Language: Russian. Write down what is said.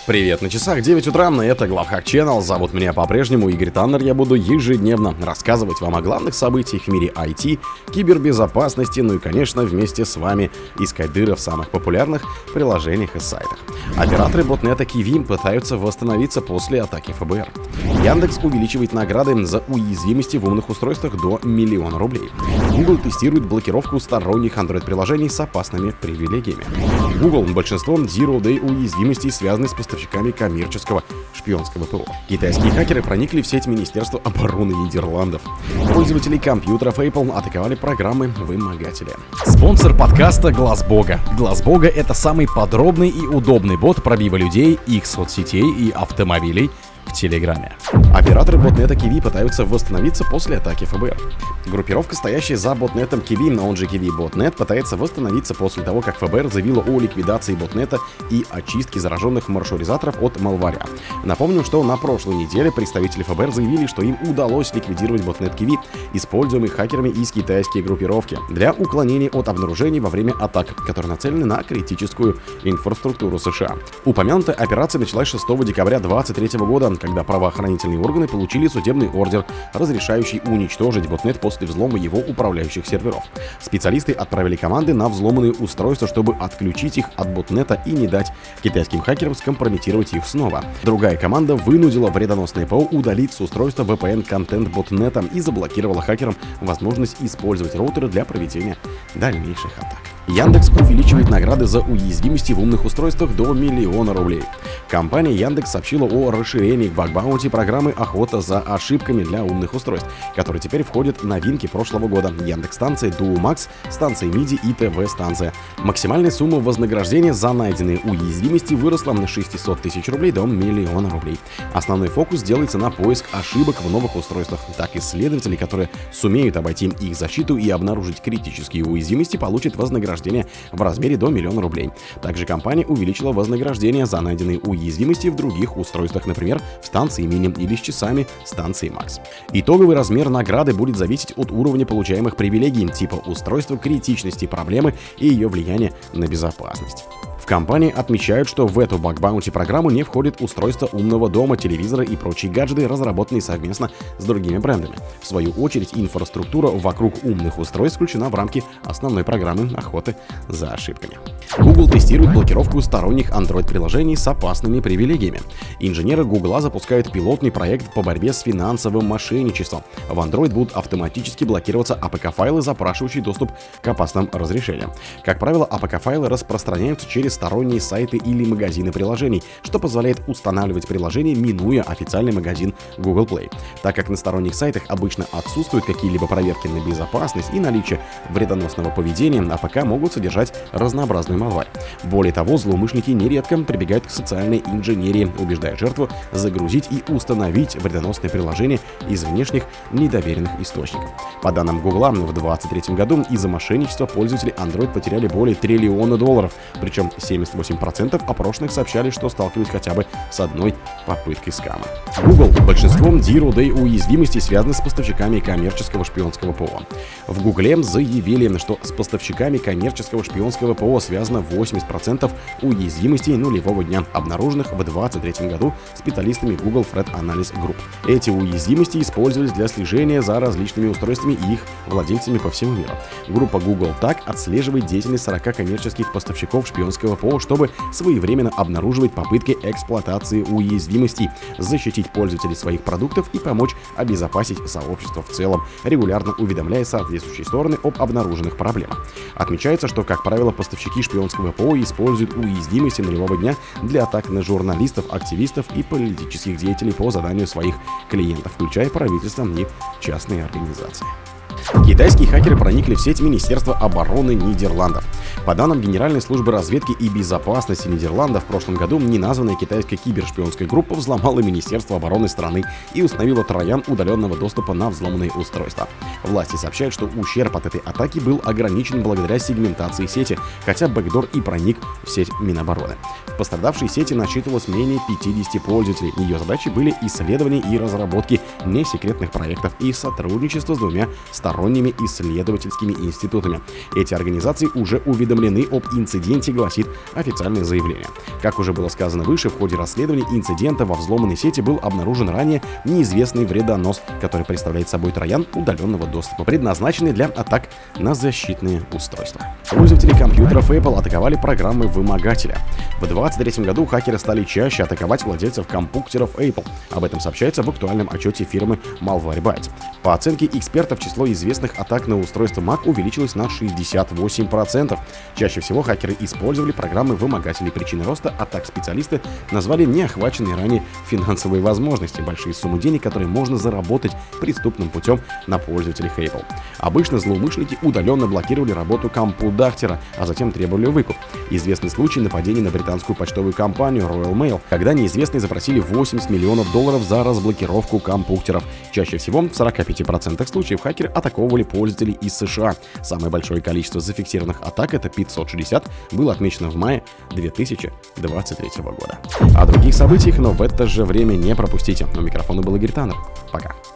Привет, на часах 9 утра, это Главхак Channel, зовут меня по-прежнему Игорь Таннер. Я буду ежедневно рассказывать вам о главных событиях в мире IT, кибербезопасности, ну и, конечно, вместе с вами искать дыры в самых популярных приложениях и сайтах. Операторы ботнета Kiwi пытаются восстановиться после атаки ФБР. Яндекс увеличивает награды за уязвимости в умных устройствах до 1 000 000 рублей. Google тестирует блокировку сторонних Android-приложений с опасными привилегиями. Google большинством Zero-Day уязвимостей связаны с поставщиками коммерческого шпионского ПО. Китайские хакеры проникли в сеть Министерства обороны Нидерландов. Пользователи компьютеров Apple атаковали программы-вымогатели. Спонсор подкаста Глаз Бога. Глаз Бога — это самый подробный и удобный бот пробива людей, их соцсетей и автомобилей в Телеграме. Операторы ботнета Kiwi пытаются восстановиться после атаки ФБР. Группировка, стоящая за ботнетом Kiwi, он же Kiwi Botnet, пытается восстановиться после того, как ФБР заявила о ликвидации ботнета и очистке зараженных маршрутизаторов от малваря. Напомню, что на прошлой неделе представители ФБР заявили, что им удалось ликвидировать ботнет Kiwi, используемый хакерами из китайской группировки, для уклонения от обнаружений во время атак, которые нацелены на критическую инфраструктуру США. Упомянутая операция началась 6 декабря 2023 года, когда правоохранительные органы получили судебный ордер, разрешающий уничтожить ботнет после взлома его управляющих серверов. Специалисты отправили команды на взломанные устройства, чтобы отключить их от ботнета и не дать китайским хакерам скомпрометировать их снова. Другая команда вынудила вредоносное ПО удалить с устройства VPN-контент ботнета и заблокировала хакерам возможность использовать роутеры для проведения дальнейших атак. Яндекс увеличивает награды за уязвимости в умных устройствах до 1 000 000 рублей. Компания Яндекс сообщила о расширении баг-баунти программы «Охота за ошибками» для умных устройств, которые теперь входят в новинки прошлого года. Яндекс-станции Duo Max, станция MIDI и ТВ-станция. Максимальная сумма вознаграждения за найденные уязвимости выросла на 600 тысяч рублей до 1 000 000 рублей. Основной фокус делается на поиск ошибок в новых устройствах. Так, исследователи, которые сумеют обойти их защиту и обнаружить критические уязвимости, получат вознаграждение в размере до 1 000 000 рублей. Также компания увеличила вознаграждение за найденные уязвимости в других устройствах, например, в станции Mini или с часами станции Max. Итоговый размер награды будет зависеть от уровня получаемых привилегий, типа устройства, критичности проблемы и ее влияния на безопасность. В компании отмечают, что в эту баг-баунти программу не входит устройство умного дома, телевизоры и прочие гаджеты, разработанные совместно с другими брендами. В свою очередь, инфраструктура вокруг умных устройств включена в рамки основной программы охоты за ошибками. Google тестирует блокировку сторонних Android-приложений с опасными привилегиями. Инженеры Google запускают пилотный проект по борьбе с финансовым мошенничеством. В Android будут автоматически блокироваться APK-файлы, запрашивающие доступ к опасным разрешениям. Как правило, APK-файлы распространяются через сторонние сайты или магазины приложений, что позволяет устанавливать приложение, минуя официальный магазин Google Play. Так как на сторонних сайтах обычно отсутствуют какие-либо проверки на безопасность и наличие вредоносного поведения, АПК могут содержать разнообразный малварь. Более того, злоумышленники нередко прибегают к социальной инженерии, убеждая жертву загрузить и установить вредоносное приложение из внешних недоверенных источников. По данным Google, в 2023 году из-за мошенничества пользователи Android потеряли более $1 триллиона, причем 78% опрошенных сообщали, что сталкивались хотя бы с одной попыткой скама. Google большинством Zero-Day уязвимостей связаны с поставщиками коммерческого шпионского ПО. В Google заявили, что с поставщиками коммерческого шпионского ПО связано 80% уязвимостей нулевого дня, обнаруженных в 2023 году специалистами Google Threat Analysis Group. Эти уязвимости использовались для слежения за различными устройствами и их владельцами по всему миру. Группа Google так отслеживает деятельность 40 коммерческих поставщиков шпионского ПО, чтобы своевременно обнаруживать попытки эксплуатации уязвимостей, защитить пользователей своих продуктов и помочь обезопасить сообщество в целом, регулярно уведомляя соответствующие стороны об обнаруженных проблемах. Отмечается, что, как правило, поставщики шпионского ПО используют уязвимости нулевого дня для атак на журналистов, активистов и политических деятелей по заданию своих клиентов, включая правительство и частные организации. Китайские хакеры проникли в сеть Министерства обороны Нидерландов. По данным Генеральной службы разведки и безопасности Нидерландов, в прошлом году неназванная китайская кибершпионская группа взломала Министерство обороны страны и установила троян удаленного доступа на взломанные устройства. Власти сообщают, что ущерб от этой атаки был ограничен благодаря сегментации сети, хотя бэкдор и проник в сеть Минобороны. В пострадавшей сети насчитывалось менее 50 пользователей. Ее задачи были исследования и разработки несекретных проектов и сотрудничество с двумя сторонними исследовательскими институтами. Эти организации уже уведомили уведомлены об инциденте, гласит официальное заявление. Как уже было сказано выше, в ходе расследования инцидента во взломанной сети был обнаружен ранее неизвестный вредонос, который представляет собой троян удаленного доступа, предназначенный для атак на защитные устройства. Пользователи компьютеров Apple атаковали программы вымогателя. В 2023 году хакеры стали чаще атаковать владельцев компьютеров Apple. Об этом сообщается в актуальном отчете фирмы Malwarebytes. По оценке экспертов, число известных атак на устройство Mac увеличилось на 68%. Чаще всего хакеры использовали программы вымогателей. Причиной роста атак специалисты назвали неохваченные ранее финансовые возможности, большие суммы денег, которые можно заработать преступным путем на пользователях Apple. Обычно злоумышленники удаленно блокировали работу компьютера, а затем требовали выкуп. Известный случай нападения на британскую почтовую компанию Royal Mail, когда неизвестные запросили $80 миллионов за разблокировку компьютеров. Чаще всего в 45% случаев хакеры атаковывали пользователей из США. Самое большое количество зафиксированных атак, это 560, было отмечено в мае 2023 года. О других событиях, но в это же время не пропустите. У микрофона был Игорь Таннер. Пока.